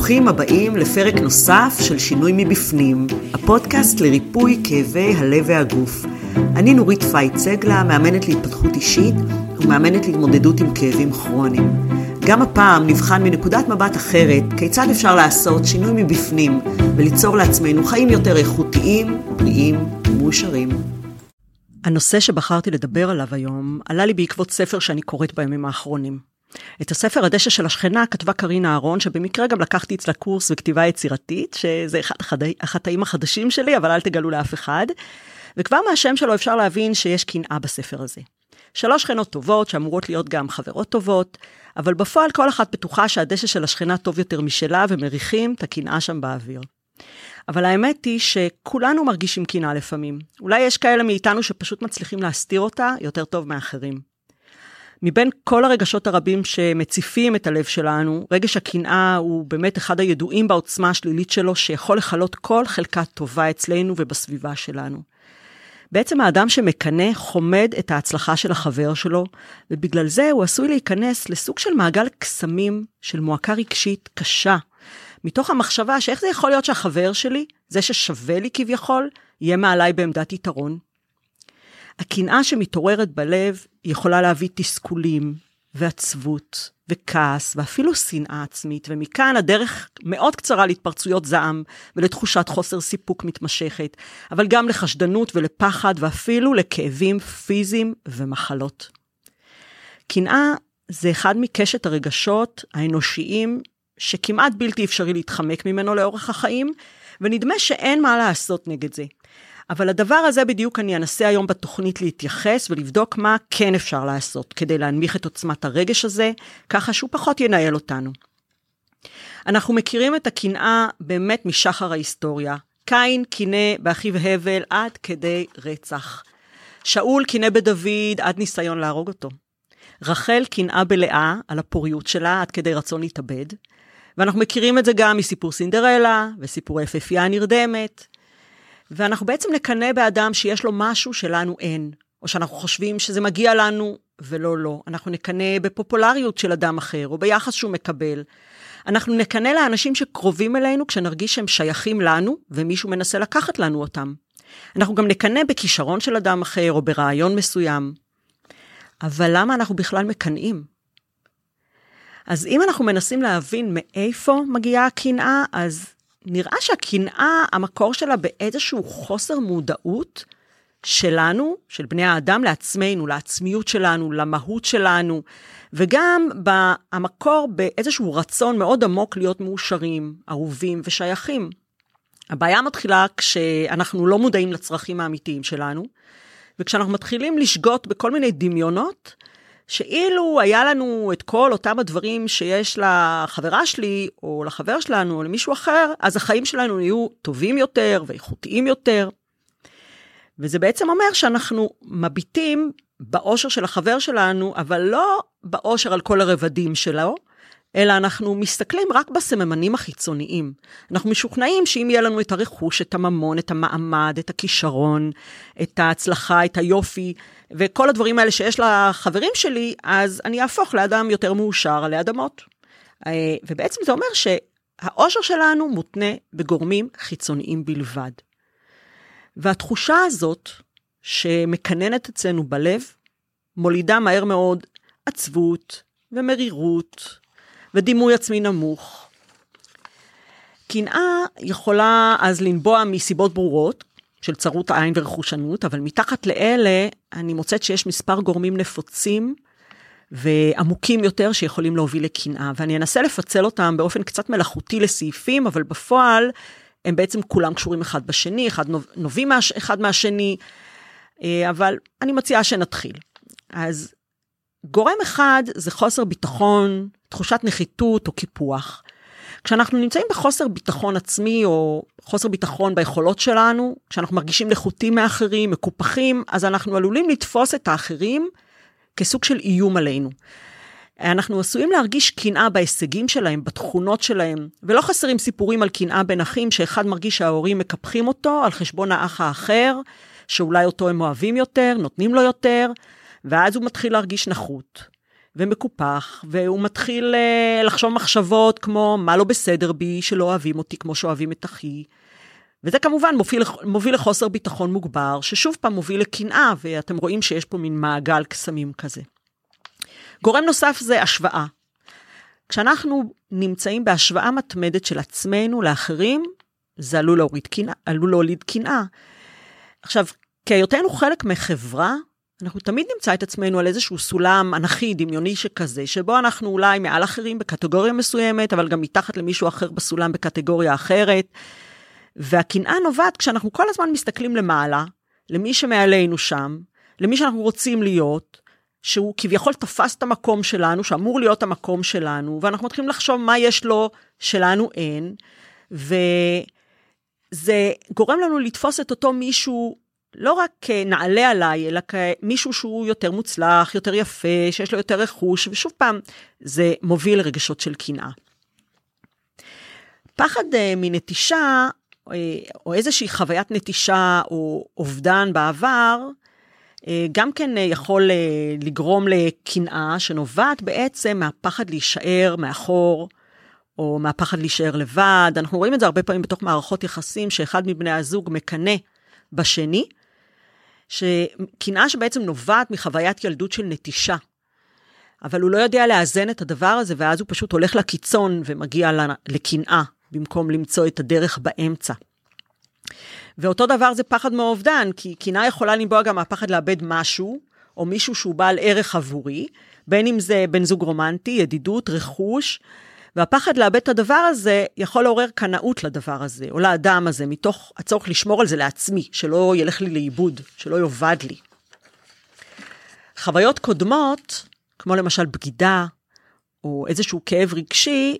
ברוכים הבאים לפרק נוסף של שינוי מבפנים, הפודקאסט לריפוי כאבי הלב והגוף. אני נורית פייט-סגלה, מאמנת להתפתחות אישית ומאמנת להתמודדות עם כאבים כרוניים. גם הפעם נבחן מנקודת מבט אחרת כיצד אפשר לעשות שינוי מבפנים וליצור לעצמנו חיים יותר איכותיים, בריאים ומאושרים. הנושא שבחרתי לדבר עליו היום עלה לי בעקבות ספר שאני קוראת בימים האחרונים. את הספר הדשא של השכנה כתבה קרינה אהרון, שבמקרה גם לקחתי אצלה קורס בכתיבה יצירתית, שזה אחד החטאים החדשים שלי, אבל אל תגלו לאף אחד. וכבר מהשם שלו אפשר להבין שיש קנאה בספר הזה. 3 שכנות טובות, שאמורות להיות גם חברות טובות, אבל בפועל כל אחת בטוחה שהדשא של השכנה טוב יותר משלה, ומריחים את הקנאה שם באוויר. אבל האמת היא שכולנו מרגישים קנאה לפעמים. אולי יש כאלה מאיתנו שפשוט מצליחים להסתיר אותה יותר טוב מאחרים. מבין כל הרגשות הרבים שמציפים את הלב שלנו, רגש הקנאה הוא באמת אחד הידועים בעוצמה השלילית שלו, שיכול לחלות כל חלקה טובה אצלנו ובסביבה שלנו. בעצם האדם שמקנא חומד את ההצלחה של החבר שלו, ובגלל זה הוא עשוי להיכנס לסוג של מעגל קסמים של מועקה רגשית קשה, מתוך המחשבה שאיך זה יכול להיות שהחבר שלי, זה ששווה לי כביכול, יהיה מעליי בעמדת יתרון. הקנאה שמתעוררת בלב יכולה להביא תסכולים ועצבות וכעס ואפילו שנאה עצמית, ומכאן הדרך מאוד קצרה להתפרצויות זעם ולתחושת חוסר סיפוק מתמשכת, אבל גם לחשדנות ולפחד ואפילו לכאבים פיזיים ומחלות. קנאה זה אחד מקשת הרגשות האנושיים שכמעט בלתי אפשרי להתחמק ממנו לאורך החיים, ונדמה שאין מה לעשות נגד זה. אבל הדבר הזה בדיוק אני אנסה היום בתוכנית להתייחס ולבדוק מה כן אפשר לעשות כדי להנמיך את עוצמת הרגש הזה, ככה שהוא פחות ינהל אותנו. אנחנו מכירים את הקנאה באמת משחר ההיסטוריה. קין קינא באחיו הבל עד כדי רצח. שאול קינא בדוד עד ניסיון להרוג אותו. רחל קנאה בלאה על הפוריות שלה עד כדי רצון להתאבד. ואנחנו מכירים את זה גם מסיפור סינדרלה וסיפורי יפהפייה הנרדמת. ואנחנו בעצם נקנא באדם שיש לו משהו שלנו אין, או שאנחנו חושבים שזה מגיע לנו ולא לא. אנחנו נקנא בפופולריות של אדם אחר, או ביחס שהוא מקבל. אנחנו נקנא לאנשים שקרובים אלינו כשנרגיש שהם שייכים לנו, ומישהו מנסה לקחת לנו אותם. אנחנו גם נקנא בכישרון של אדם אחר, או ברעיון מסוים. אבל למה אנחנו בכלל מקנאים? אז אם אנחנו מנסים להבין מאיפה מגיעה הקנאה, אז נראה שהקנאה, המקור שלה באיזשהו חוסר מודעות שלנו, של בני האדם לעצמנו, לעצמיות שלנו, למהות שלנו, וגם המקור באיזשהו רצון מאוד עמוק להיות מאושרים, אהובים ושייכים. הבעיה מתחילה כשאנחנו לא מודעים לצרכים האמיתיים שלנו, וכשאנחנו מתחילים לשגות בכל מיני דמיונות, שאילו היה לנו את כל אותם הדברים שיש לחברה שלי, או לחבר שלנו, או למישהו אחר, אז החיים שלנו יהיו טובים יותר, ואיכותיים יותר. וזה בעצם אומר שאנחנו מביטים באושר של החבר שלנו, אבל לא באושר על כל הרבדים שלו, אלא אנחנו מסתכלים רק בסממנים החיצוניים. אנחנו משוכנעים שאם יהיה לנו את הרכוש, את הממון, את המעמד, את הכישרון, את ההצלחה, את היופי, וכל הדברים האלה שיש לחברים שלי, אז אני אהפוך לאדם יותר מאושר עלי אדמות. ובעצם זה אומר שהאושר שלנו מותנה בגורמים חיצוניים בלבד. והתחושה הזאת שמקננת אצלנו בלב, מולידה מהר מאוד עצבות ומרירות, ודימוי עצמי נמוך. קנאה יכולה אז לנבוע מסיבות ברורות, של צרות העין ורכושנות, אבל מתחת לאלה אני מוצאת שיש מספר גורמים נפוצים, ועמוקים יותר שיכולים להוביל לקנאה, ואני אנסה לפצל אותם באופן קצת מלאכותי לסעיפים, אבל בפועל הם בעצם כולם קשורים אחד בשני, נובעים אחד מהשני, אבל אני מציעה שנתחיל. אז גורם אחד זה חוסר ביטחון, תחושת נחיתות או קיפוח. כשאנחנו נמצאים בחוסר ביטחון עצמי או חוסר ביטחון ביכולות שלנו, כשאנחנו מרגישים נחותים מאחרים, מקופחים, אז אנחנו עלולים לתפוס את האחרים כסוג של איום עלינו. אנחנו עשויים להרגיש קנאה בהישגים שלהם, בתכונות שלהם, ולא חסרים סיפורים על קנאה בין אחים, שאחד מרגיש שההורים מקפחים אותו על חשבון האח האחר, שאולי אותו הם אוהבים יותר, נותנים לו יותר, ואז הוא מתחיל להרגיש נחות. ומקופח, והוא מתחיל לחשוב מחשבות כמו מה לא בסדר בי, שלא אוהבים אותי כמו שאוהבים את אחי, וזה כמובן מוביל לחוסר ביטחון מוגבר, ששוב פעם מוביל לקנאה, ואתם רואים שיש פה מין מעגל קסמים כזה. גורם נוסף זה השוואה. כשאנחנו נמצאים בהשוואה מתמדת של עצמנו לאחרים, זה עלול להוליד קנאה. עכשיו, כהיותנו חלק מחברה, אנחנו תמיד נמצא את עצמנו על איזשהו סולם אנכי, דמיוני שכזה, שבו אנחנו אולי מעל אחרים בקטגוריה מסוימת, אבל גם מתחת למישהו אחר בסולם בקטגוריה אחרת, והקנאה נובעת כשאנחנו כל הזמן מסתכלים למעלה, למי שמעלינו שם, למי שאנחנו רוצים להיות, שהוא כביכול תפס את המקום שלנו, שאמור להיות המקום שלנו, ואנחנו מתחילים לחשוב מה יש לו שלנו אין, וזה גורם לנו לתפוס את אותו מישהו, לא רק כנעלה עליי, אלא כמישהו שהוא יותר מוצלח, יותר יפה, שיש לו יותר רכוש, ושוב פעם, זה מוביל לרגשות של קנאה. פחד מנטישה, או איזושהי חוויית נטישה, או אובדן בעבר, גם כן יכול לגרום לקנאה, שנובעת בעצם מהפחד להישאר מאחור, או מהפחד להישאר לבד. אנחנו רואים את זה הרבה פעמים בתוך מערכות יחסים, שאחד מבני הזוג מקנה בשני, שקנאה שבעצם נובעת מחוויית ילדות של נטישה, אבל הוא לא יודע לאזן את הדבר הזה, ואז הוא פשוט הולך לקיצון ומגיע לקנאה, במקום למצוא את הדרך באמצע. ואותו דבר זה פחד מאובדן, כי קנאה יכולה לנבוע גם מהפחד לאבד משהו, או מישהו שהוא בעל ערך עבורי, בין אם זה בן זוג רומנטי, ידידות, רכוש, והפחד לאבד את הדבר הזה יכול לעורר קנאות לדבר הזה, או לאדם הזה, מתוך הצורך לשמור על זה לעצמי, שלא ילך לי לאיבוד, שלא יובד לי. חוויות קודמות, כמו למשל בגידה, או איזשהו כאב רגשי,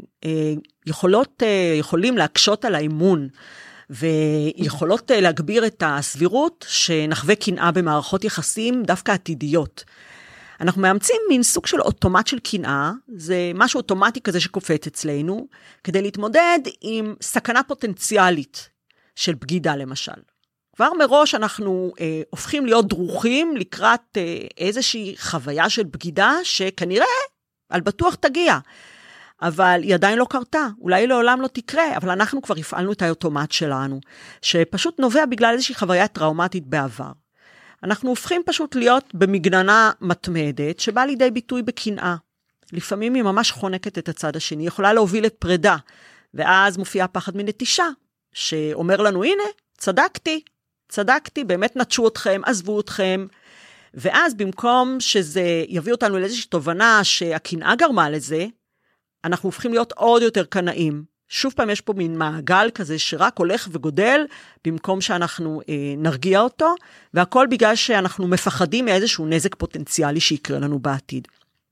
יכולים להקשות על האימון, ויכולות להגביר את הסבירות שנחווה קנאה במערכות יחסים דווקא עתידיות. אנחנו מאמצים מין סוג של אוטומט של קנאה, זה משהו אוטומטי כזה שקופץ אצלנו, כדי להתמודד עם סכנה פוטנציאלית של בגידה למשל. כבר מראש אנחנו הופכים להיות דרוכים לקראת איזושהי חוויה של בגידה, שכנראה על בטוח תגיע, אבל היא עדיין לא קרתה, אולי לעולם לא תקרה, אבל אנחנו כבר הפעלנו את האוטומט שלנו, שפשוט נובע בגלל איזושהי חוויה טראומטית בעבר. אנחנו הופכים פשוט להיות במגננה מתמדת, שבאה לידי ביטוי בקנאה. לפעמים היא ממש חונקת את הצד השני, יכולה להוביל את פרידה, ואז מופיע פחד מנטישה, שאומר לנו, הנה, צדקתי, באמת נטשו אתכם, עזבו אתכם, ואז במקום שזה יביא אותנו לאיזושהי תובנה שהקנאה גרמה לזה, אנחנו הופכים להיות עוד יותר קנאים. שוב פעם יש פה מין מעגל כזה שרק הולך וגודל, במקום שאנחנו נרגיע אותו, והכל בגלל שאנחנו מפחדים מאיזשהו נזק פוטנציאלי שיקרה לנו בעתיד.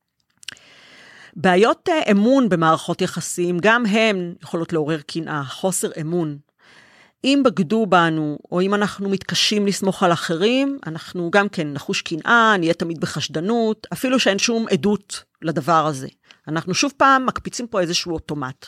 בעיות אמון במערכות יחסים, גם הן יכולות לעורר קנאה, חוסר אמון. אם בגדו בנו, או אם אנחנו מתקשים לסמוך על אחרים, אנחנו גם כן נחוש קנאה, נהיה תמיד בחשדנות, אפילו שאין שום עדות לדבר הזה. אנחנו שוב פעם מקפיצים פה איזשהו אוטומט.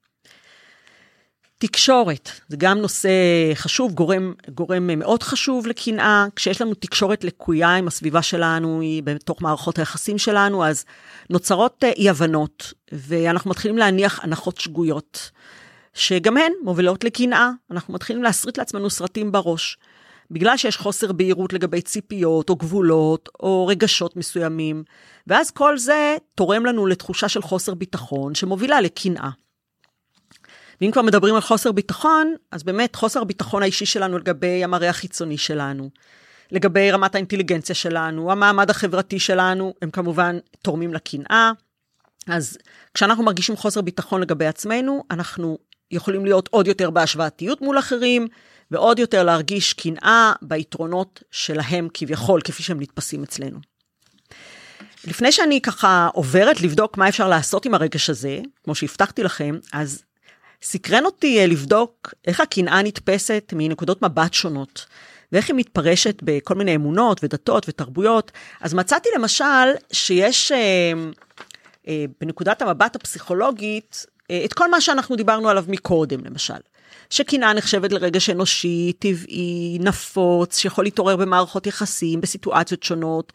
תקשורת, זה גם נושא חשוב, גורם מאוד חשוב לקנאה. כשיש לנו תקשורת לקויה עם הסביבה שלנו, היא בתוך מערכות היחסים שלנו, אז נוצרות אי-הבנות, ואנחנו מתחילים להניח הנחות שגויות, שגם הן מובילות לקנאה. אנחנו מתחילים להסריט לעצמנו סרטים בראש, בגלל שיש חוסר בהירות לגבי ציפיות, או גבולות, או רגשות מסוימים, ואז כל זה תורם לנו לתחושה של חוסר ביטחון, שמובילה לקנאה. ואם כבר מדברים על חוסר ביטחון, אז באמת חוסר הביטחון האישי שלנו לגבי המראה החיצוני שלנו, לגבי רמת האינטליגנציה שלנו, המעמד החברתי שלנו, הם כמובן תורמים לקנאה. אז כשאנחנו מרגישים חוסר ביטחון לגבי עצמנו, אנחנו יכולים להיות עוד יותר בהשוואתיות מול אחרים, ועוד יותר להרגיש קנאה ביתרונות שלהם כביכול, כפי שהם נתפסים אצלנו. לפני שאני ככה עוברת לבדוק מה אפשר לעשות עם הרגש הזה, כמו שהבטחתי לכם, אז סקרן אותי לבדוק איך הקנאה נתפסת מנקודות מבט שונות, ואיך היא מתפרשת בכל מיני אמונות ודתות ותרבויות. אז מצאתי למשל שיש בנקודת המבט הפסיכולוגית, את כל מה שאנחנו דיברנו עליו מקודם למשל. שקנאה נחשבת לרגש אנושי, טבעי, נפוץ, שיכול להתעורר במערכות יחסים, בסיטואציות שונות,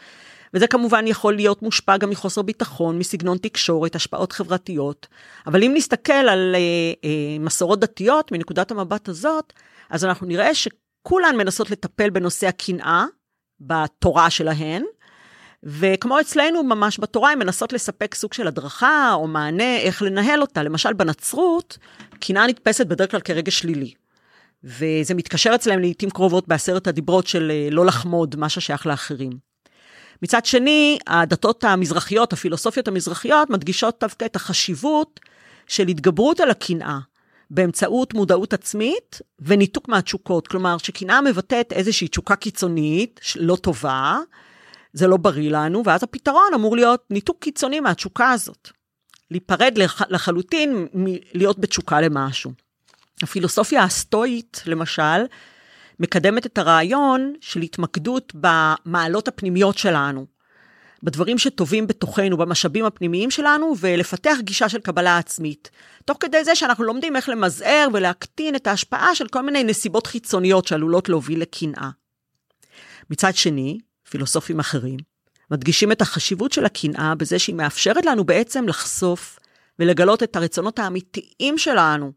וזה כמובן יכול להיות מושפע גם מחוסר ביטחון, מסגנון תקשורת, השפעות חברתיות, אבל אם נסתכל על מסורות דתיות מנקודת המבט הזאת, אז אנחנו נראה שכולן מנסות לטפל בנושא הקנאה, בתורה שלהן, וכמו אצלנו ממש בתורה, הן מנסות לספק סוג של הדרכה, או מענה, איך לנהל אותה. למשל בנצרות, קנאה נתפסת בדרך כלל כרגע שלילי. וזה מתקשר אצלם לעתים קרובות בעשרת הדיברות של לא לחמוד, מה ששייך לאחרים. מצד שני, הדתות המזרחיות, הפילוסופיות המזרחיות, מדגישות דווקא את החשיבות של התגברות על הקנאה, באמצעות מודעות עצמית וניתוק מהתשוקות. כלומר, שקנאה מבטאת איזושהי תשוקה קיצונית, לא טובה, זה לא בריא לנו, ואז הפתרון אמור להיות ניתוק קיצוני מהתשוקה הזאת. להיפרד לחלוטין מלהיות בתשוקה למשהו. הפילוסופיה הסטואית, למשל, מקדמת את הרעיון של התמקדות במעלות הפנימיות שלנו, בדברים שטובים בתוכנו, במשאבים הפנימיים שלנו, ולפתח גישה של קבלה עצמית. תוך כדי זה שאנחנו לומדים איך למזער ולהקטין את ההשפעה של כל מיני נסיבות חיצוניות שעלולות להוביל לקנאה. מצד שני, פילוסופים אחרים מדגישים את החשיבות של הקנאה בזה שהיא מאפשרת לנו בעצם לחשוף ולגלות את הרצונות האמיתיים שלנו.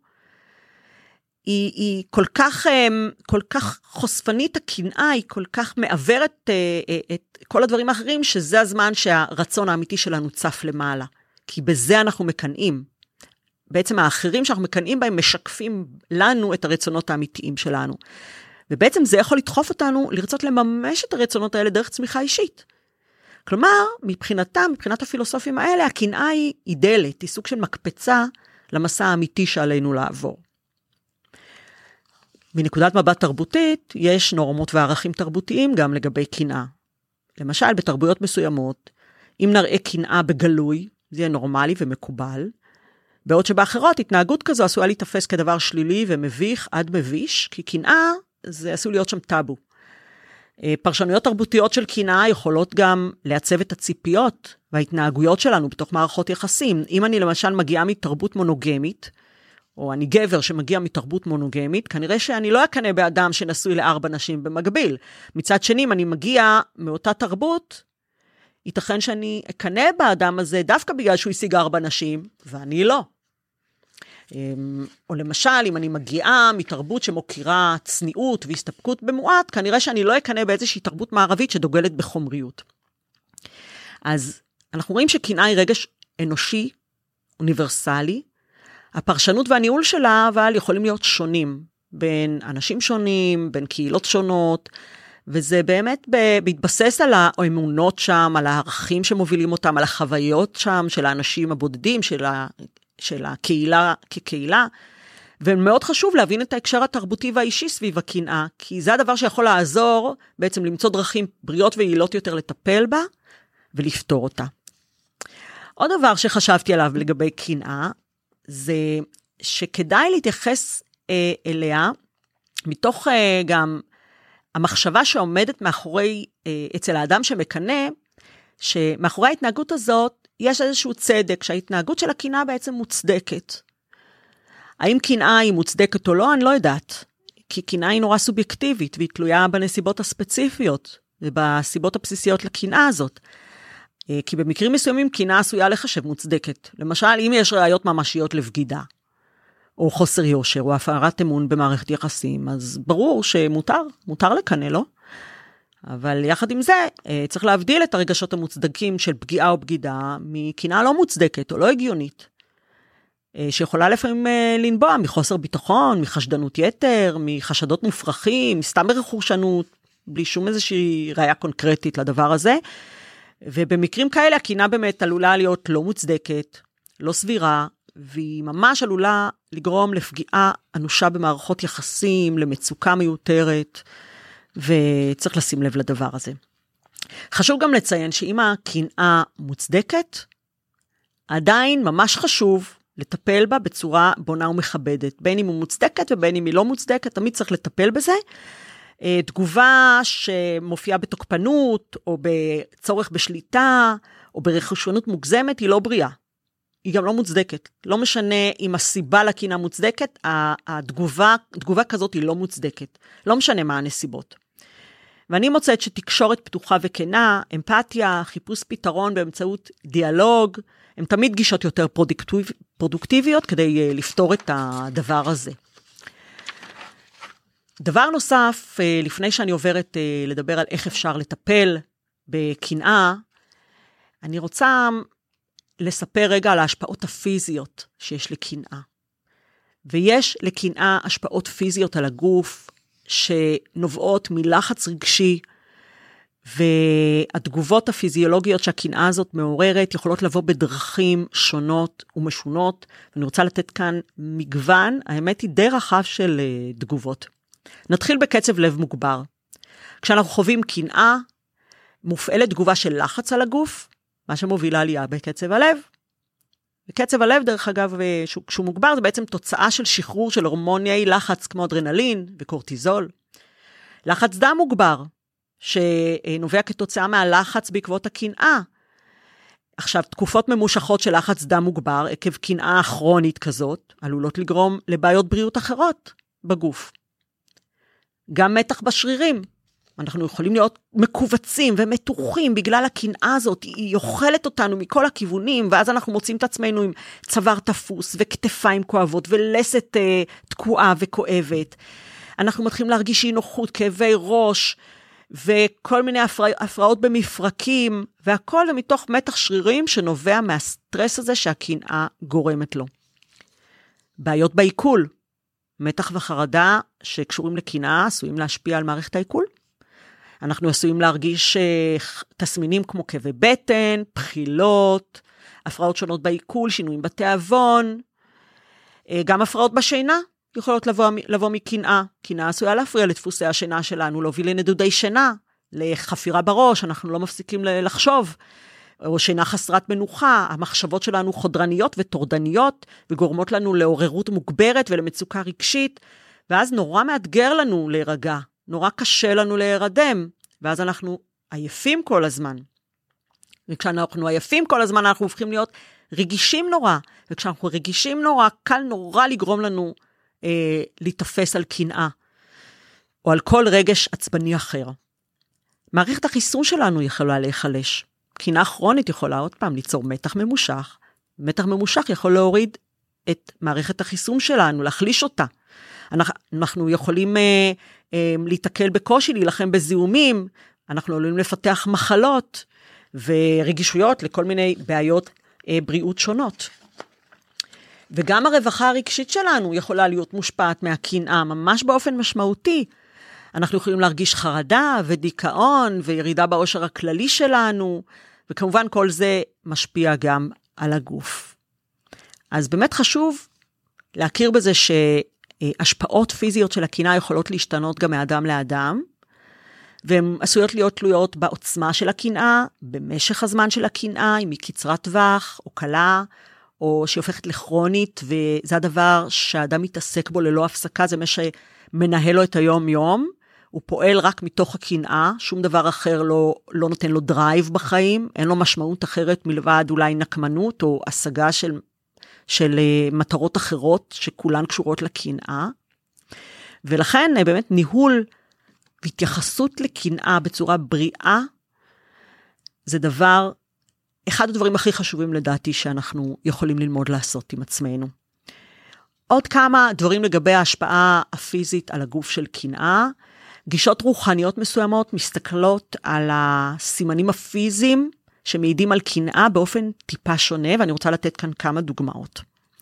היא כל כך חושפנית, הקנאה היא כל כך מעברת את כל הדברים האחרים, שזה הזמן שהרצון האמיתי שלנו צף למעלה. כי בזה אנחנו מקנאים. בעצם האחרים שאנחנו מקנאים בהם משקפים לנו את הרצונות האמיתיים שלנו. ובעצם זה יכול לדחוף אותנו לרצות לממש את הרצונות האלה דרך צמיחה אישית. כלומר, מבחינת הפילוסופים האלה, הקנאה היא דלת, היא סוג של מקפצה למסע האמיתי שעלינו לעבור. מנקודת מבט תרבותית, יש נורמות וערכים תרבותיים גם לגבי קנאה. למשל, בתרבויות מסוימות, אם נראה קנאה בגלוי, זה יהיה נורמלי ומקובל, בעוד שבאחרות התנהגות כזו עשויה להתאפס כדבר שלילי ומביך עד מביש, כי קנאה זה עשוי להיות שם טאבו. פרשנויות תרבותיות של קנאה יכולות גם לעצב את הציפיות וההתנהגויות שלנו בתוך מערכות יחסים. אם אני למשל מגיעה מתרבות מונוגמית, או אני גבר שמגיע מתרבות מונוגמית, כנראה שאני לא אקנה באדם שנשוי ל4 נשים במקביל. מצד שני, אם אני מגיע מאותה תרבות, ייתכן שאני אקנה באדם הזה דווקא בגלל שהוא השיג 4 נשים, ואני לא. או למשל, אם אני מגיעה מתרבות שמוכירה צניעות והסתפקות במועט, כנראה שאני לא אקנה באיזושהי תרבות מערבית שדוגלת בחומריות. אז אנחנו רואים שקנאה היא רגש אנושי, אוניברסלי, הפרשנות והניהול שלה, אבל יכולים להיות שונים, בין אנשים שונים, בין קהילות שונות, וזה באמת בהתבסס על האמונות שם, על הערכים שמובילים אותם, על החוויות שם, של האנשים הבודדים, של הקהילה כקהילה, ומאוד חשוב להבין את ההקשר התרבותי והאישי סביב הקנאה, כי זה הדבר שיכול לעזור בעצם למצוא דרכים בריאות ויעילות יותר לטפל בה, ולפתור אותה. עוד דבר שחשבתי עליו לגבי קנאה, זה שכדאי להתייחס אליה, מתוך גם המחשבה שעומדת מאחורי, אצל האדם שמקנה, שמאחורי ההתנהגות הזאת, יש איזשהו צדק, שההתנהגות של הקנאה בעצם מוצדקת. האם קנאה היא מוצדקת או לא, אני לא יודעת. כי קנאה היא נורא סובייקטיבית, והיא תלויה בנסיבות הספציפיות, ובסיבות הבסיסיות לקנאה הזאת. כי במקרים מסוימים קנאה עשויה לחשב מוצדקת. למשל, אם יש ראיות ממשיות לבגידה, או חוסר יושר, או הפרת אמון במערכת יחסים, אז ברור שמותר לקנא, לא? אבל יחד עם זה, צריך להבדיל את הרגשות המוצדקים של פגיעה או בגידה, מקנאה לא מוצדקת או לא הגיונית, שיכולה לפעמים לנבוע מחוסר ביטחון, מחשדנות יתר, מחשדות מופרכים, סתם ברכושנות, בלי שום איזושהי ראיה קונקרטית לדבר הזה, ובמקרים כאלה הקנאה באמת עלולה להיות לא מוצדקת, לא סבירה, והיא ממש עלולה לגרום לפגיעה אנושה במערכות יחסים, למצוקה מיותרת, וצריך לשים לב לדבר הזה. חשוב גם לציין שאם הקנאה מוצדקת, עדיין ממש חשוב לטפל בה בצורה בונה ומכבדת, בין אם היא מוצדקת ובין אם היא לא מוצדקת, תמיד צריך לטפל בזה. תגובה שמופיעה בתוקפנות, או בצורך בשליטה, או ברכושנות מוגזמת, היא לא בריאה. היא גם לא מוצדקת. לא משנה אם הסיבה לקנאה מוצדקת, תגובה כזאת היא לא מוצדקת. לא משנה מה הנסיבות. ואני מוצאת שתקשורת פתוחה וכנה, אמפתיה, חיפוש פתרון באמצעות דיאלוג, הן תמיד גישות יותר פרודוקטיביות כדי לפתור את הדבר הזה. דבר נוסף, לפני שאני עוברת לדבר על איך אפשר לטפל בקנאה, אני רוצה לספר רגע על ההשפעות הפיזיות שיש לקנאה. ויש לקנאה השפעות פיזיות על הגוף, שנובעות מלחץ רגשי, והתגובות הפיזיולוגיות שהקנאה הזאת מעוררת, יכולות לבוא בדרכים שונות ומשונות, ואני רוצה לתת כאן מגוון, האמת היא די רחב של תגובות. נתחיל בקצב לב מוגבר. כשאנחנו חווים קנאה, מופעלת תגובה של לחץ על הגוף, מה שמוביל לעלייה בקצב הלב. וקצב הלב, דרך אגב, כשהוא מוגבר, זה בעצם תוצאה של שחרור של הורמוני לחץ, כמו אדרנלין וקורטיזול. לחץ דם מוגבר, שנובע כתוצאה מהלחץ בעקבות הקנאה. עכשיו, תקופות ממושכות של לחץ דם מוגבר, עקב קנאה כרונית כזאת, עלולות לגרום לבעיות בריאות אחרות בגוף. גם מתח בשרירים. אנחנו יכולים להיות מקובצים ומתוחים בגלל הקנאה הזאת, היא יוכלת אותנו מכל הכיוונים, ואז אנחנו מוצאים את עצמנו עם צוואר תפוס וכתפיים כואבות ולסת תקועה וכואבת. אנחנו מתחילים להרגיש אי נוחות, כאבי ראש, וכל מיני הפרעות במפרקים, והכל זה מתוך מתח שרירים שנובע מהסטרס הזה שהקנאה גורמת לו. בעיות בעיכול, מתח וחרדה שקשורים לקנאה, עשויים להשפיע על מערכת העיכול. אנחנו עשויים להרגיש תסמינים כמו כאבי בטן, בחילות, הפרעות שונות בעיכול, שינויים בתיאבון, גם הפרעות בשינה יכולות לבוא מקנאה. קנאה עשויה להפריע לדפוסי השינה שלנו, להוביל לנדודי שינה, לחפירה בראש, אנחנו לא מפסיקים לחשוב, או שינה חסרת מנוחה, המחשבות שלנו חודרניות וטורדניות, וגורמות לנו לעוררות מוגברת ולמצוקה רגשית, ואז נורא מאתגר לנו להירגע, נורא קשה לנו להירדם, ואז אנחנו עייפים כל הזמן. וכשאנחנו עייפים כל הזמן, אנחנו הופכים להיות רגישים נורא, וכשאנחנו רגישים נורא, קל נורא לגרום לנו להתאפס על קנאה, או על כל רגש עצבני אחר. מערכת החיסון שלנו יכולה להיחלש. קנאה כרונית יכולה עוד פעם ליצור מתח ממושך. מתח ממושך יכול להוריד את מערכת החיסון שלנו, להחליש אותה. אנחנו יכולים להתקל בקושי, להילחם בזיהומים, אנחנו יכולים לפתח מחלות ורגישויות לכל מיני בעיות בריאות שונות. וגם הרווחה הרגשית שלנו יכולה להיות מושפעת מהקנאה, ממש באופן משמעותי. אנחנו יכולים להרגיש חרדה ודיכאון וירידה באושר הכללי שלנו, וכמובן כל זה משפיע גם על הגוף. אז באמת חשוב להכיר בזה שהשפעות פיזיות של הקנאה יכולות להשתנות גם מאדם לאדם, והן עשויות להיות תלויות בעוצמה של הקנאה, במשך הזמן של הקנאה, אם היא קצרת טווח או קלה, או שהיא הופכת לכרונית, וזה הדבר שהאדם מתעסק בו ללא הפסקה, זה מה שמנהל לו את היום-יום, הוא פועל רק מתוך הקנאה, שום דבר אחר לא נותן לו דרייב בחיים, אין לו משמעות אחרת מלבד אולי נקמנות, או השגה של מטרות אחרות, שכולן קשורות לקנאה, ולכן באמת ניהול והתייחסות לקנאה בצורה בריאה, זה דבר, אחד הדברים הכי חשובים לדעתי שאנחנו יכולים ללמוד לעשות עם עצמנו. עוד כמה דברים לגבי ההשפעה הפיזית על הגוף של קנאה, גישות רוחניות מסוימות מסתכלות על הסימנים הפיזיים שמעידים על קנאה באופן טיפה שונה, ואני רוצה לתת כאן כמה דוגמאות.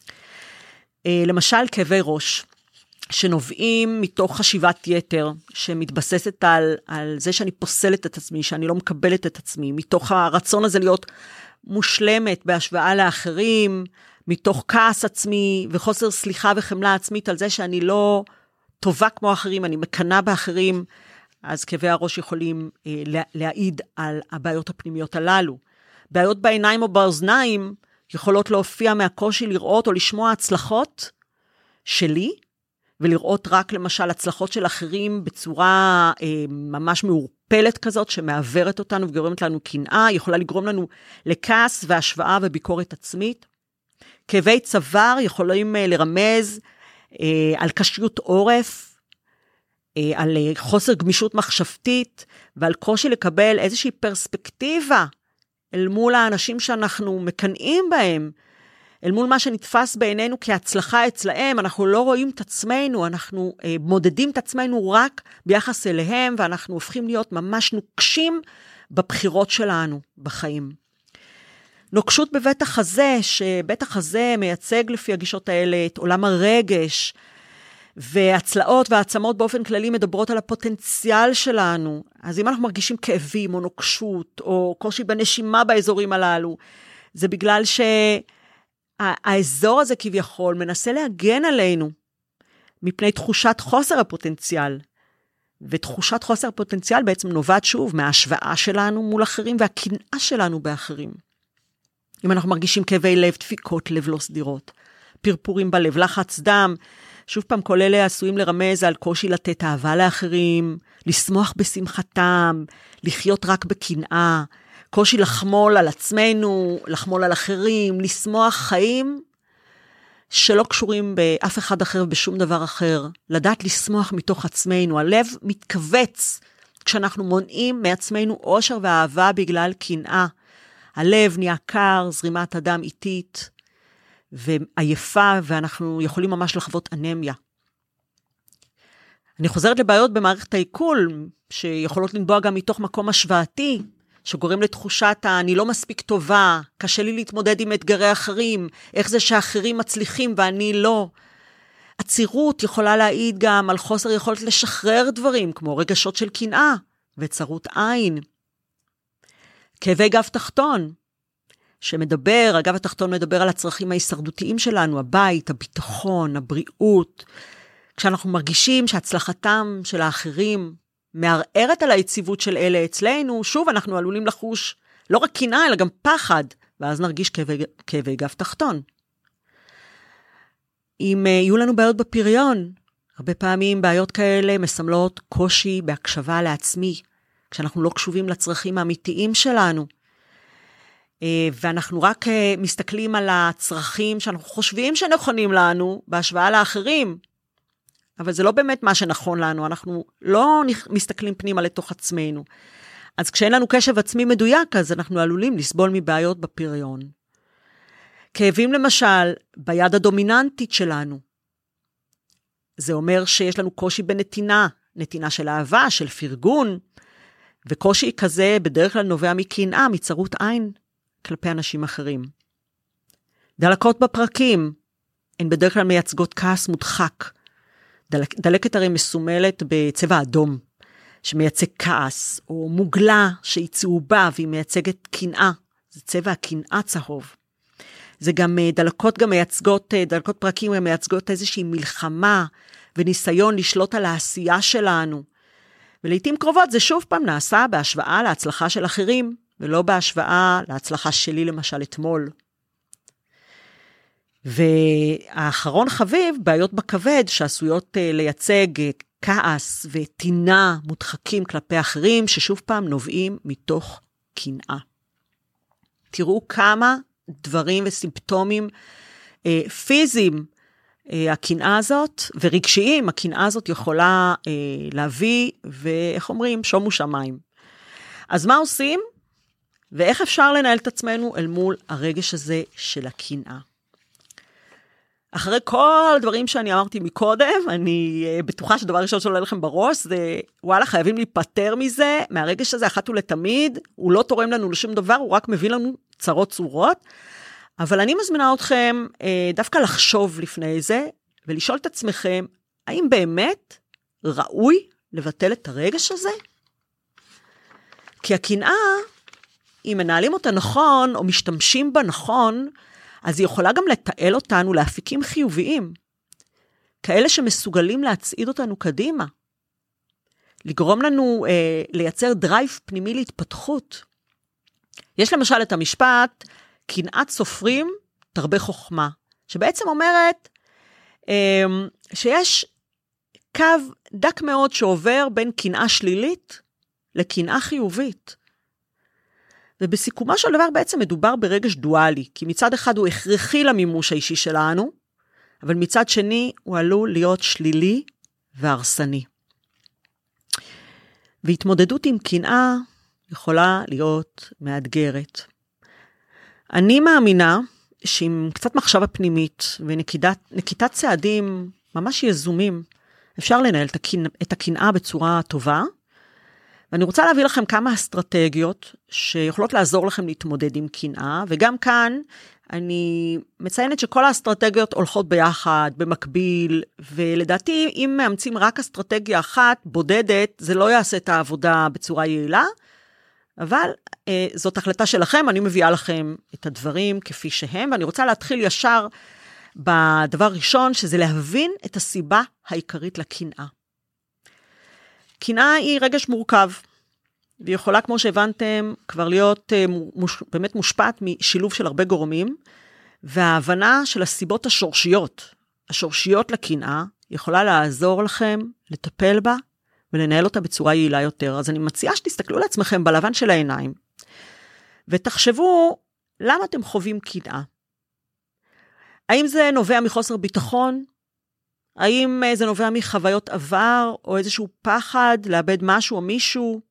למשל כאבי ראש, שנובעים מתוך חשיבת יתר, שמתבססת על זה שאני פוסלת את עצמי, שאני לא מקבלת את עצמי, מתוך הרצון הזה להיות מושלמת בהשוואה לאחרים, מתוך כעס עצמי וחוסר סליחה וחמלה עצמית על זה שאני לא טובה כמו אחרים, אני מקנה באחרים, אז כאבי הראש יכולים להעיד על הבעיות הפנימיות הללו. בעיות בעיניים או באוזניים יכולות להופיע מהקושי לראות או לשמוע הצלחות שלי, ולראות רק למשל הצלחות של אחרים בצורה ממש מעורפלת כזאת, שמעברת אותנו וגורמת לנו קנאה, יכולה לגרום לנו לכעס והשוואה וביקורת עצמית. כאבי צוואר יכולים לרמז על קשיות עורף, על חוסר גמישות מחשבתית, ועל קושי לקבל איזושהי פרספקטיבה, אל מול האנשים שאנחנו מקנאים בהם, אל מול מה שנתפס בעינינו כהצלחה אצלהם, אנחנו לא רואים את עצמנו, אנחנו מודדים את עצמנו רק ביחס אליהם, ואנחנו הופכים להיות ממש נוקשים בבחירות שלנו בחיים. נוקשות בבית החזה, שבית החזה מייצג לפי הגישות האלה את עולם הרגש, והצלעות והעצמות באופן כללי מדברות על הפוטנציאל שלנו. אז אם אנחנו מרגישים כאבים או נוקשות, או קושי בנשימה באזורים הללו, זה בגלל שהאזור הזה כביכול מנסה להגן עלינו, מפני תחושת חוסר הפוטנציאל. ותחושת חוסר הפוטנציאל בעצם נובעת שוב מההשוואה שלנו מול אחרים, והקנאה שלנו באחרים. אם אנחנו מרגישים כאבי לב, דפיקות לב לא סדירות, פרפורים בלב, לחץ דם, שוב פעם כל אלה עשויים לרמז על קושי לתת אהבה לאחרים, לשמוח בשמחתם, לחיות רק בקנאה, קושי לחמול על עצמנו, לחמול על אחרים, לשמוח חיים שלא קשורים באף אחד אחר ובשום דבר אחר, לדעת לשמוח מתוך עצמנו, הלב מתכווץ כשאנחנו מונעים מעצמנו אושר ואהבה בגלל קנאה, הלב נהיה קר, זרימת הדם איטית ועייפה, ואנחנו יכולים ממש לחוות אנמיה. אני חוזרת לבעיות במערכת העיכול, שיכולות לנבוע גם מתוך מקום השוואתי, שגורם לתחושת אני לא מספיק טובה, קשה לי להתמודד עם אתגרי אחרים, איך זה שאחרים מצליחים ואני לא. עצירות יכולה להעיד גם על חוסר יכולת לשחרר דברים, כמו רגשות של קנאה וצרות עין. כאבי גב תחתון, הגב התחתון מדבר על הצרכים ההישרדותיים שלנו, הבית, הביטחון, הבריאות. כשאנחנו מרגישים שהצלחתם של האחרים מערערת על היציבות של אלה אצלנו, שוב אנחנו עלולים לחוש לא רק קנאה, אלא גם פחד, ואז נרגיש כאבי גב תחתון. אם יהיו לנו בעיות בפריון, הרבה פעמים בעיות כאלה מסמלות קושי בהקשבה לעצמי, כשאנחנו לא קשובים לצרכים האמיתיים שלנו, ואנחנו רק מסתכלים על הצרכים שאנחנו חושבים שנכונים לנו, בהשוואה לאחרים, אבל זה לא באמת מה שנכון לנו, אנחנו לא מסתכלים פנימה לתוך עצמנו. אז כשאין לנו קשב עצמי מדויק, אז אנחנו עלולים לסבול מבעיות בפריון. כאבים למשל, ביד הדומיננטית שלנו. זה אומר שיש לנו קושי בנתינה, נתינה של אהבה, של פרגון, וקושי כזה בדרך כלל נובע מקנאה, מצרות עין כלפי אנשים אחרים. דלקות בפרקים, הן בדרך כלל מייצגות כעס מודחק. דלקת הרי מסומלת בצבע אדום, שמייצג כעס, או מוגלה שהיא צהובה והיא מייצגת קנאה, זה צבע הקנאה צהוב. זה גם דלקות פרקים גם מייצגות איזושהי מלחמה וניסיון לשלוט על העשייה שלנו. ולעיתים קרובות זה שוב פעם נעשה בהשוואה להצלחה של אחרים, ולא בהשוואה להצלחה שלי למשל אתמול. והאחרון חביב, בעיות בכבד שעשויות לייצג כעס וטינה מודחקים כלפי אחרים, ששוב פעם נובעים מתוך קנאה. תראו כמה דברים וסימפטומים פיזיים הקנאה הזאת, ורגשיים, הקנאה הזאת יכולה להביא, ואיך אומרים, שומו שמיים. אז מה עושים? ואיך אפשר לנהל את עצמנו אל מול הרגש הזה של הקנאה? אחרי כל הדברים שאני אמרתי מקודם, אני בטוחה שדבר ראשון שעולה לכם בראש, זה וואלה, חייבים להיפטר מזה, מהרגש הזה אחת ולתמיד, הוא לא תורם לנו לשום דבר, הוא רק מביא לנו צרות צורות, אבל אני מזמינה אתכם דווקא לחשוב לפני זה, ולשאול את עצמכם, האם באמת ראוי לבטל את הרגש הזה? כי הקנאה, אם מנהלים אותה נכון, או משתמשים בה נכון, אז היא יכולה גם לתעל אותנו לאפיקים חיוביים, כאלה שמסוגלים להצעיד אותנו קדימה, לגרום לנו לייצר דרייב פנימי להתפתחות. יש למשל את המשפט, קנאת סופרים תרבה חוכמה, שבעצם אומרת שיש קו דק מאוד שעובר בין קנאה שלילית לקנאה חיובית. ובסיכומה של דבר בעצם מדובר ברגש דואלי, כי מצד אחד הוא הכרחי למימוש האישי שלנו, אבל מצד שני הוא עלול להיות שלילי והרסני. והתמודדות עם קנאה יכולה להיות מאתגרת. אני מאמינה שעם קצת מחשבה פנימית ונקיטת צעדים ממש יזומים, אפשר לנהל את הקנאה בצורה טובה, ואני רוצה להביא לכם כמה אסטרטגיות שיכולות לעזור לכם להתמודד עם קנאה, וגם כאן אני מציינת שכל האסטרטגיות הולכות ביחד, במקביל, ולדעתי אם מאמצים רק אסטרטגיה אחת בודדת, זה לא יעשה את העבודה בצורה יעילה, אבל זאת החלטה שלכם, אני מביאה לכם את הדברים כפי שהם, ואני רוצה להתחיל ישר בדבר ראשון, שזה להבין את הסיבה העיקרית לקנאה. קנאה היא רגש מורכב, והיא יכולה, כמו שהבנתם, כבר להיות באמת מושפעת משילוב של הרבה גורמים, וההבנה של הסיבות השורשיות לקנאה, יכולה לעזור לכם לטפל בה, ולנהל אותה בצורה יעילה יותר. אז אני מציעה שתסתכלו לעצמכם בלבן של העיניים, ותחשבו למה אתם חווים קנאה. האם זה נובע מחוסר ביטחון? האם זה נובע מחוויות עבר, או איזשהו פחד לאבד משהו או מישהו?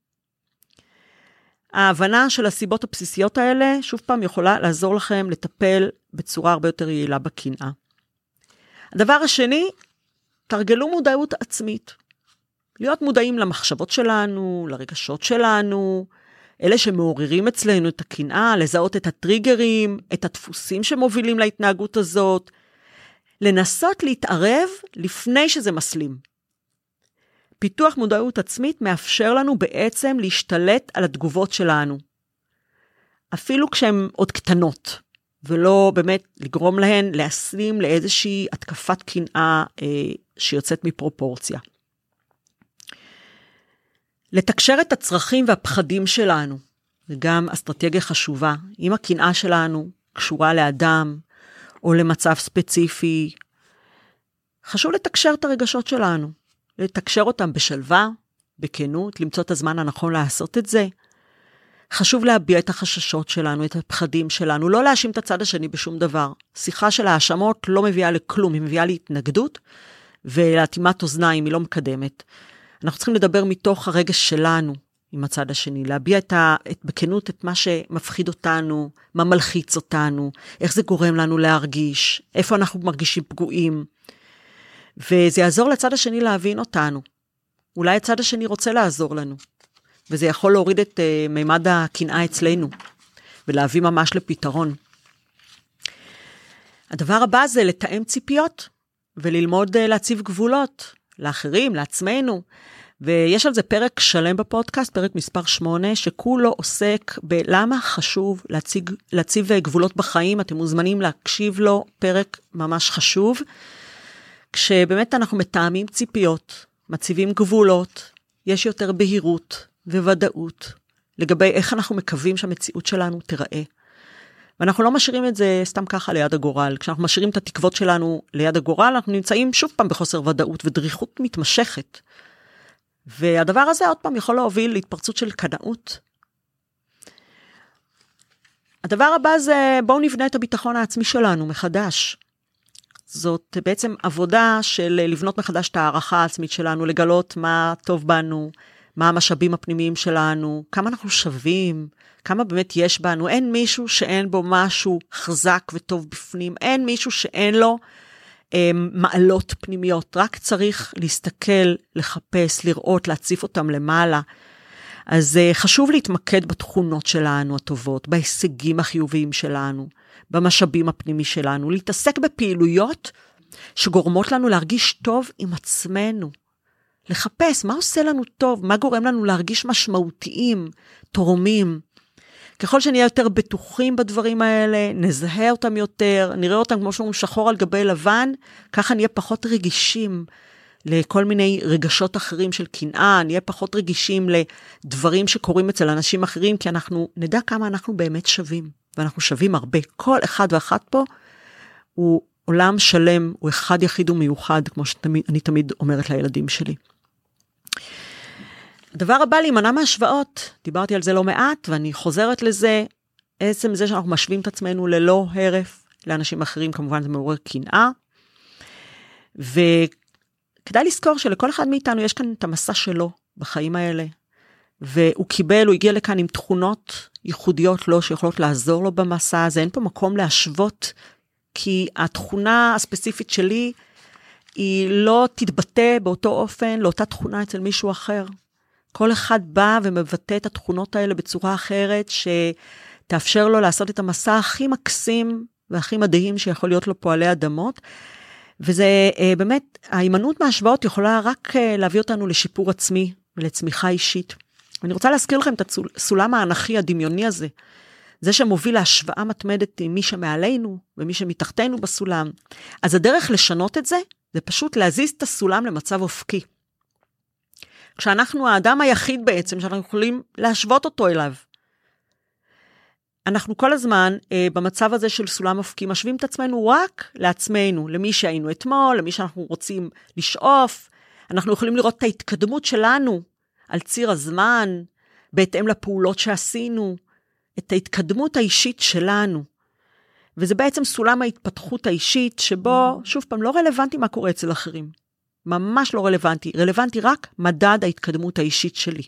ההבנה של הסיבות הבסיסיות האלה, שוב פעם, יכולה לעזור לכם לטפל בצורה הרבה יותר יעילה בקנאה. הדבר השני, תרגלו מודעות עצמית. להיות מודעים למחשבות שלנו, לרגשות שלנו, אלה שמעוררים אצלנו את הקנאה, לזהות את הטריגרים, את הדפוסים שמובילים להתנהגות הזאת, לנסות להתערב לפני שזה מסלים. פיתוח מודעות עצמית מאפשר לנו בעצם להשתלט על התגובות שלנו. אפילו כשהן עוד קטנות, ולא באמת לגרום להן להסלים לאיזושהי התקפת קנאה שיוצאת מפרופורציה. לתקשר את הצרכים והפחדים שלנו, זה גם אסטרטגיה חשובה. אם הקנאה שלנו קשורה לאדם או למצב ספציפי, חשוב לתקשר את הרגשות שלנו, לתקשר אותם בשלווה, בכנות, למצוא את הזמן הנכון לעשות את זה. חשוב להביע את החששות שלנו, את הפחדים שלנו, לא להאשים את הצד השני בשום דבר. שיחה של האשמות לא מביאה לכלום, היא מביאה להתנגדות, ולאטימת אוזניים היא לא מקדמת. אנחנו צריכים לדבר מתוך הרגש שלנו עם הצד השני, להביע בכנות את מה שמפחיד אותנו, מה מלחיץ אותנו, איך זה גורם לנו להרגיש, איפה אנחנו מרגישים פגועים, וזה יעזור לצד השני להבין אותנו. אולי הצד השני רוצה לעזור לנו, וזה יכול להוריד את מימד הקנאה אצלנו, ולהביא ממש לפתרון. הדבר הבא זה לתאם ציפיות, וללמוד להציב גבולות, לאחרים, לעצמנו, ויש על זה פרק שלם בפודקאסט, פרק מספר 8, שכולו עוסק בלמה חשוב להציב גבולות בחיים, אתם מוזמנים להקשיב לו, פרק ממש חשוב, כשבאמת אנחנו מתאמים ציפיות, מציבים גבולות, יש יותר בהירות וודאות, לגבי איך אנחנו מקווים שהמציאות שלנו תיראה. ואנחנו לא משאירים את זה סתם ככה ליד הגורל. כשאנחנו משאירים את התקוות שלנו ליד הגורל, אנחנו נמצאים שוב פעם בחוסר ודאות ודריכות מתמשכת. והדבר הזה עוד פעם יכול להוביל להתפרצות של קנאות. הדבר הבא זה בואו נבנה את הביטחון העצמי שלנו מחדש. זאת בעצם עבודה של לבנות מחדש את הערכה העצמית שלנו, לגלות מה טוב בנו, מה המשאבים הפנימיים שלנו, כמה אנחנו שווים, כמה באמת יש בנו. אין מישהו שאין בו משהו חזק וטוב בפנים, אין מישהו שאין לו מעלות פנימיות, רק צריך להסתכל, לחפש, לראות, להציף אותם למעלה. אז חשוב להתמקד בתכונות שלנו הטובות, בהישגים החיוביים שלנו, במשאבים הפנימי שלנו, להתעסק בפעילויות שגורמות לנו להרגיש טוב עם עצמנו. לחפש מה עושה לנו טוב, מה גורם לנו להרגיש משמעותיים, תורמים. ככל שנהיה יותר בטוחים בדברים האלה, נזהה אותם יותר, נראה אותם כמו שאומרים שחור על גבי לבן, ככה נהיה פחות רגישים לכל מיני רגשות אחרים של קנאה, נהיה פחות רגישים לדברים שקורים אצל אנשים אחרים, כי אנחנו נדע כמה אנחנו באמת שווים, ואנחנו שווים הרבה. כל אחד ואחת פה הוא עולם שלם, הוא אחד יחיד ומיוחד, כמו שאני תמיד אומרת לילדים שלי. הדבר הבא, להימנע מהשוואות, דיברתי על זה לא מעט, ואני חוזרת לזה, עצם זה שאנחנו משווים את עצמנו ללא הרף, לאנשים אחרים, כמובן זה מעורר קנאה, וכדאי לזכור שלכל אחד מאיתנו יש כאן את המסע שלו בחיים האלה, והוא הגיע לכאן עם תכונות ייחודיות לו, שיכולות לעזור לו במסע הזה. אין פה מקום להשוות, כי התכונה הספציפית שלי, היא לא תתבטא באותו אופן, לאותה תכונה אצל מישהו אחר. כל אחד בא ומבטא את התכונות האלה בצורה אחרת, שתאפשר לו לעשות את המסע הכי מקסים, והכי מדהים שיכול להיות לו פועלי אדמות, וזה באמת, ההימנעות מהשוואות יכולה רק להביא אותנו לשיפור עצמי, ולצמיחה אישית. אני רוצה להזכיר לכם את הסולם האנכי הדמיוני הזה, זה שמוביל להשוואה מתמדת עם מי שמעלינו, ומי שמתחתנו בסולם. אז הדרך לשנות את זה, זה פשוט להזיז את הסולם למצב אופקי. כשאנחנו האדם היחיד בעצם, שאנחנו יכולים להשוות אותו אליו. אנחנו כל הזמן במצב הזה של סולם אופקי, משווים את עצמנו רק לעצמנו, למי שהיינו אתמול, למי שאנחנו רוצים לשאוף. אנחנו יכולים לראות את ההתקדמות שלנו על ציר הזמן, בהתאם לפעולות שעשינו, את ההתקדמות האישית שלנו. וזה בעצם סולם ההתפתחות האישית, שבו, שוב פעם, לא רלוונטי מה קורה אצל אחרים. ממש לא רלוונטי. רלוונטי רק מדד ההתקדמות האישית שלי.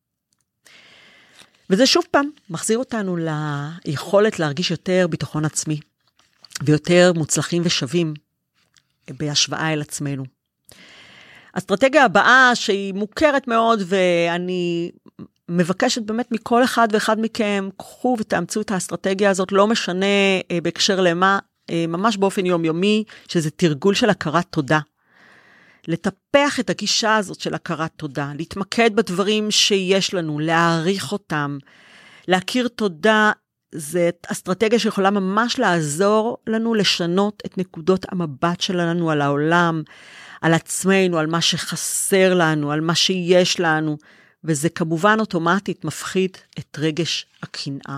וזה שוב פעם מחזיר אותנו ליכולת להרגיש יותר ביטחון עצמי, ויותר מוצלחים ושווים בהשוואה אל עצמנו. האסטרטגיה הבאה שהיא מוכרת מאוד, ואני מבקשת באמת מכל אחד ואחד מכם, קחו ותאמצו את האסטרטגיה הזאת, לא משנה בהקשר למה, ממש באופן יומיומי, שזה תרגול של הכרת תודה. לטפח את הגישה הזאת של הכרת תודה, להתמקד בדברים שיש לנו, להעריך אותם, להכיר תודה, זה אסטרטגיה שיכולה ממש לעזור לנו לשנות את נקודות המבט שלנו על העולם, על עצמנו, על מה שחסר לנו, על מה שיש לנו, וזה כמובן אוטומטית מפחית את רגש הקנאה.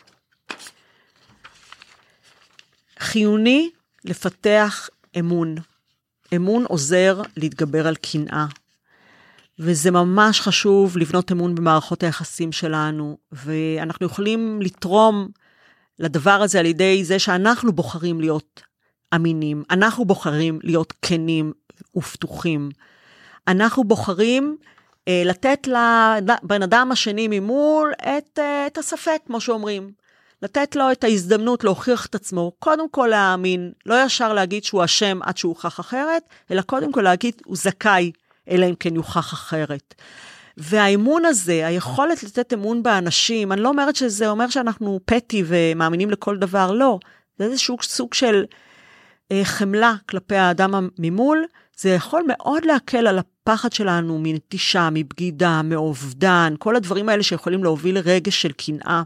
חיוני לפתח אמון. אמון עוזר להתגבר על קנאה, וזה ממש חשוב לבנות אמון במערכות היחסים שלנו, ואנחנו יכולים לתרום לדבר הזה על ידי זה שאנחנו בוחרים להיות אמינים, אנחנו בוחרים להיות כנים ופתוחים, אנחנו בוחרים לתת לבן אדם השני ממול את הספק, כמו שאומרים, לתת לו את ההזדמנות להוכיח את עצמו, קודם כל להאמין, לא ישר להגיד שהוא אשם עד שהוא הוכח אחרת, אלא קודם כל להגיד הוא זכאי, אלא אם כן יוכח אחרת. והאמון הזה, היכולת לתת אמון באנשים, אני לא אומרת שזה אומר שאנחנו פטי ומאמינים לכל דבר, לא. זה איזשהו סוג של חמלה כלפי האדם ממול, זה יכול מאוד להקל על הפחד שלנו מנטישה, מבגידה, מאובדן, כל הדברים האלה שיכולים להוביל לרגש של קנאה.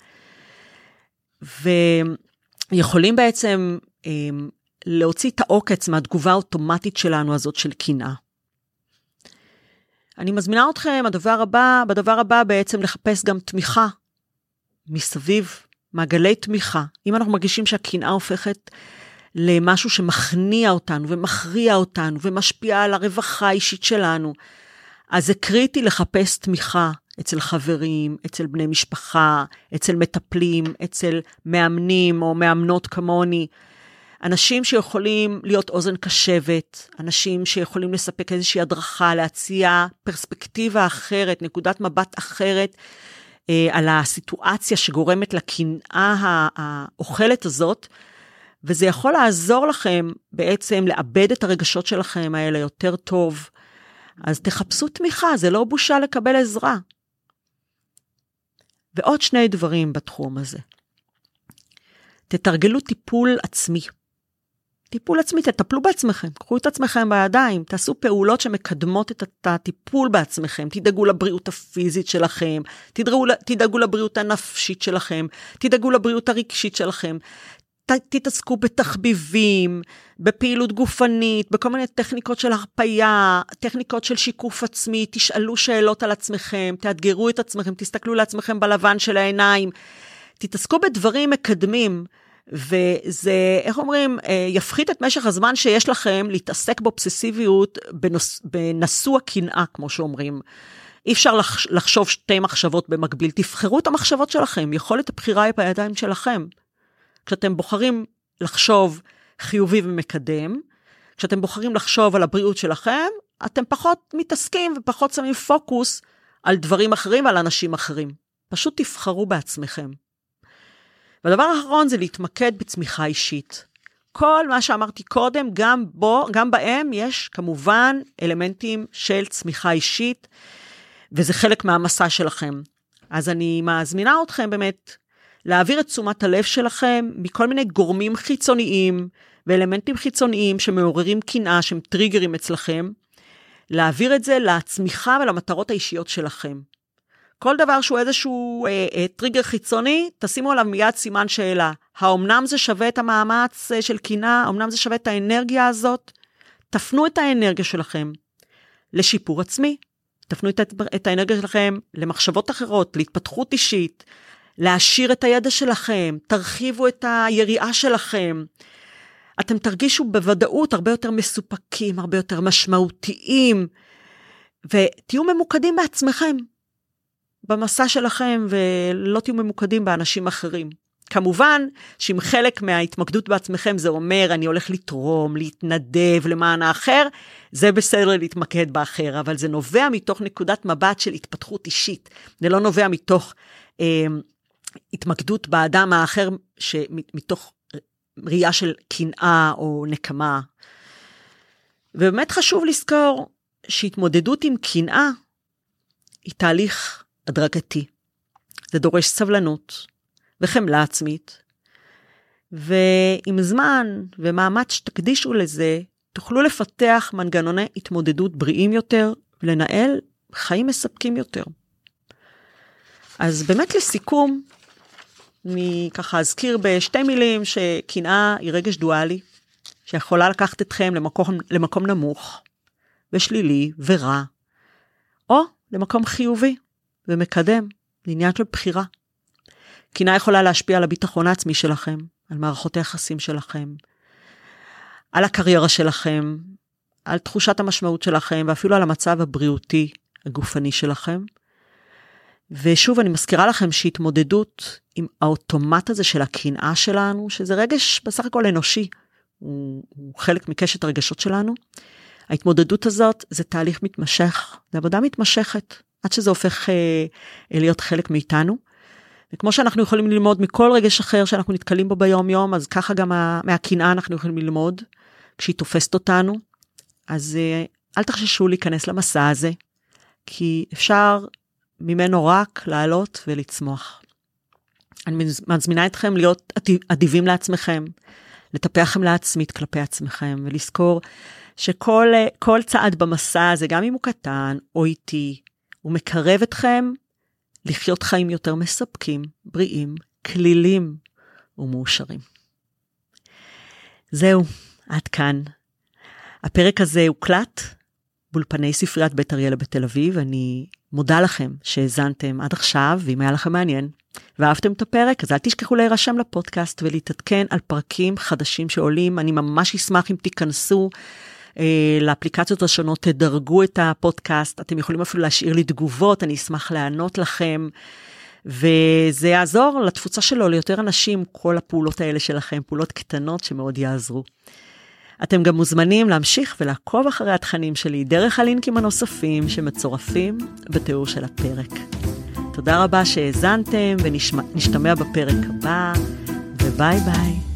ויכולים בעצם להוציא את העוקץ מהתגובה האוטומטית שלנו הזאת של קנאה. אני מזמינה אתכם, בדבר הבא בעצם לחפש גם תמיכה מסביב, מעגלי תמיכה. אם אנחנו מרגישים שהקנאה הופכת למשהו שמכניע אותנו ומכריע אותנו ומשפיע על הרווחה האישית שלנו, אז זה קריטי לחפש תמיכה אצל חברים, אצל בני משפחה, אצל מטפלים, אצל מאמנים או מאמנות כמוני, אנשים שיכולים להיות אוזן קשבת, אנשים שיכולים לספק איזושהי הדרכה, להציע פרספקטיבה אחרת, נקודת מבט אחרת, על הסיטואציה שגורמת לקנאה האוכלת הזאת, וזה יכול לעזור לכם בעצם לאבד את הרגשות שלכם האלה יותר טוב. אז תחפשו תמיכה, זה לא בושה לקבל עזרה. ועוד שני דברים בתחום הזה. תתרגלו טיפול עצמי. טיפול עצמי, תטפלו בעצמכם, קחו את עצמכם בידיים, תעשו פעולות שמקדמות את הטיפול בעצמכם, תדאגו לבריאות הפיזית שלכם, תדאגו לבריאות הנפשית שלכם, תדאגו לבריאות הרגשית שלכם, תתעסקו בתחביבים, בפעילות גופנית, בכל מיני טכניקות של הרפיה, טכניקות של שיקוף עצמי, תשאלו שאלות על עצמכם, תאתגרו את עצמכם, תסתכלו לעצמכם בלבן של העיניים, תתעסקו בדברים מקדמים, וזה, איך אומרים, יפחית את משך הזמן שיש לכם להתעסק באובססיביות בנשוא הקנאה, כמו שאומרים. אי אפשר לחשוב שתי מחשבות במקביל, תבחרו את המחשבות שלכם, יכולת הבחירה היא בידיים שלכם. כשאתם בוחרים לחשוב חיובי ומקדם, כשאתם בוחרים לחשוב על הבריאות שלכם, אתם פחות מתעסקים ופחות שמים פוקוס על דברים אחרים, על אנשים אחרים. פשוט תבחרו בעצמכם. והדבר האחרון זה להתמקד בצמיחה אישית. כל מה שאמרתי קודם, גם בהם יש כמובן אלמנטים של צמיחה אישית, וזה חלק מהמסע שלכם. אז אני מזמינה אתכם באמת להעביר את תשומת הלב שלכם מכל מיני גורמים חיצוניים ואלמנטים חיצוניים שמעוררים קנאה, שהם טריגרים אצלכם, להעביר את זה לצמיחה ולמטרות האישיות שלכם. כל דבר שהוא איזשהו טריגר חיצוני, תשימו עליו מיד סימן שאלה. האומנם זה שווה את המאמץ של קנאה? האומנם זה שווה את האנרגיה הזאת? תפנו את האנרגיה שלכם לשיפור עצמי. תפנו את האנרגיה שלכם למחשבות אחרות, להתפתחות אישית, להעשיר את הידע שלכם, תרחיבו את היריעה שלכם. אתם תרגישו בוודאות הרבה יותר מסופקים, הרבה יותר משמעותיים, ותהיו ממוקדים בעצמכם, במסע שלכם, ולא תהיו ממוקדים באנשים אחרים. כמובן, שאם חלק מההתמקדות בעצמכם זה אומר, אני הולך לתרום, להתנדב למען האחר, זה בסדר להתמקד באחר, אבל זה נובע מתוך נקודת מבט של התפתחות אישית. זה לא נובע מתוך התמקדות באדם האחר, מתוך ראייה של קנאה או נקמה. ובאמת חשוב לזכור שהתמודדות עם קנאה היא תהליך הדרגתי. זה דורש סבלנות וחמלה עצמית. ועם זמן ומאמץ שתקדישו לזה, תוכלו לפתח מנגנוני התמודדות בריאים יותר, ולנהל חיים מספקים יותר. אז באמת לסיכום, אני ככה אזכיר בשתי מילים שקנאה היא רגש דואלי, שיכולה לקחת אתכם למקום נמוך, ושלילי ורע, או למקום חיובי ומקדם, לעניין של בחירה. קנאה יכולה להשפיע על הביטחון העצמי שלכם, על מערכות היחסים שלכם, על הקריירה שלכם, על תחושת המשמעות שלכם, ואפילו על המצב הבריאותי הגופני שלכם. ושוב, אני מזכירה לכם שהתמודדות עם האוטומט הזה של הקנאה שלנו, שזה רגש בסך הכל אנושי, הוא חלק מקשת הרגשות שלנו. ההתמודדות הזאת זה תהליך מתמשך, זה עבודה מתמשכת, עד שזה הופך להיות חלק מאיתנו. וכמו שאנחנו יכולים ללמוד מכל רגש אחר שאנחנו נתקלים בו ביום יום, אז ככה גם מהקנאה אנחנו יכולים ללמוד, כשהיא תופסת אותנו. אז אל תחששו להיכנס למסע הזה, כי אפשר ממנו רק לעלות ולצמוח. אני מזמינה אתכם להיות אדיבים לעצמכם, לטפח חמלה עצמית כלפי עצמכם, ולזכור שכל צעד במסע הזה, גם אם הוא קטן או איטי, הוא מקרב אתכם לחיות חיים יותר מספקים, בריאים, כלילים ומאושרים. זהו, עד כאן. הפרק הזה הוקלט באולפני ספריית בית אריאלה בתל אביב. אני מודה לכם שהזנתם עד עכשיו, ואם היה לכם מעניין ואהבתם את הפרק, אז אל תשכחו להירשם לפודקאסט ולהתעדכן על פרקים חדשים שעולים. אני ממש אשמח אם תיכנסו לאפליקציות השונות, תדרגו את הפודקאסט, אתם יכולים אפילו להשאיר לי תגובות, אני אשמח לענות לכם, וזה יעזור לתפוצה שלו ליותר אנשים, כל הפעולות האלה שלכם, פעולות קטנות שמאוד יעזרו. אתם גם מוזמנים להמשיך ולעקוב אחרי התכנים שלי, דרך הלינקים הנוספים שמצורפים בתיאור של הפרק. תודה רבה שהאזנתם, ונשתמע בפרק הבא, וביי ביי.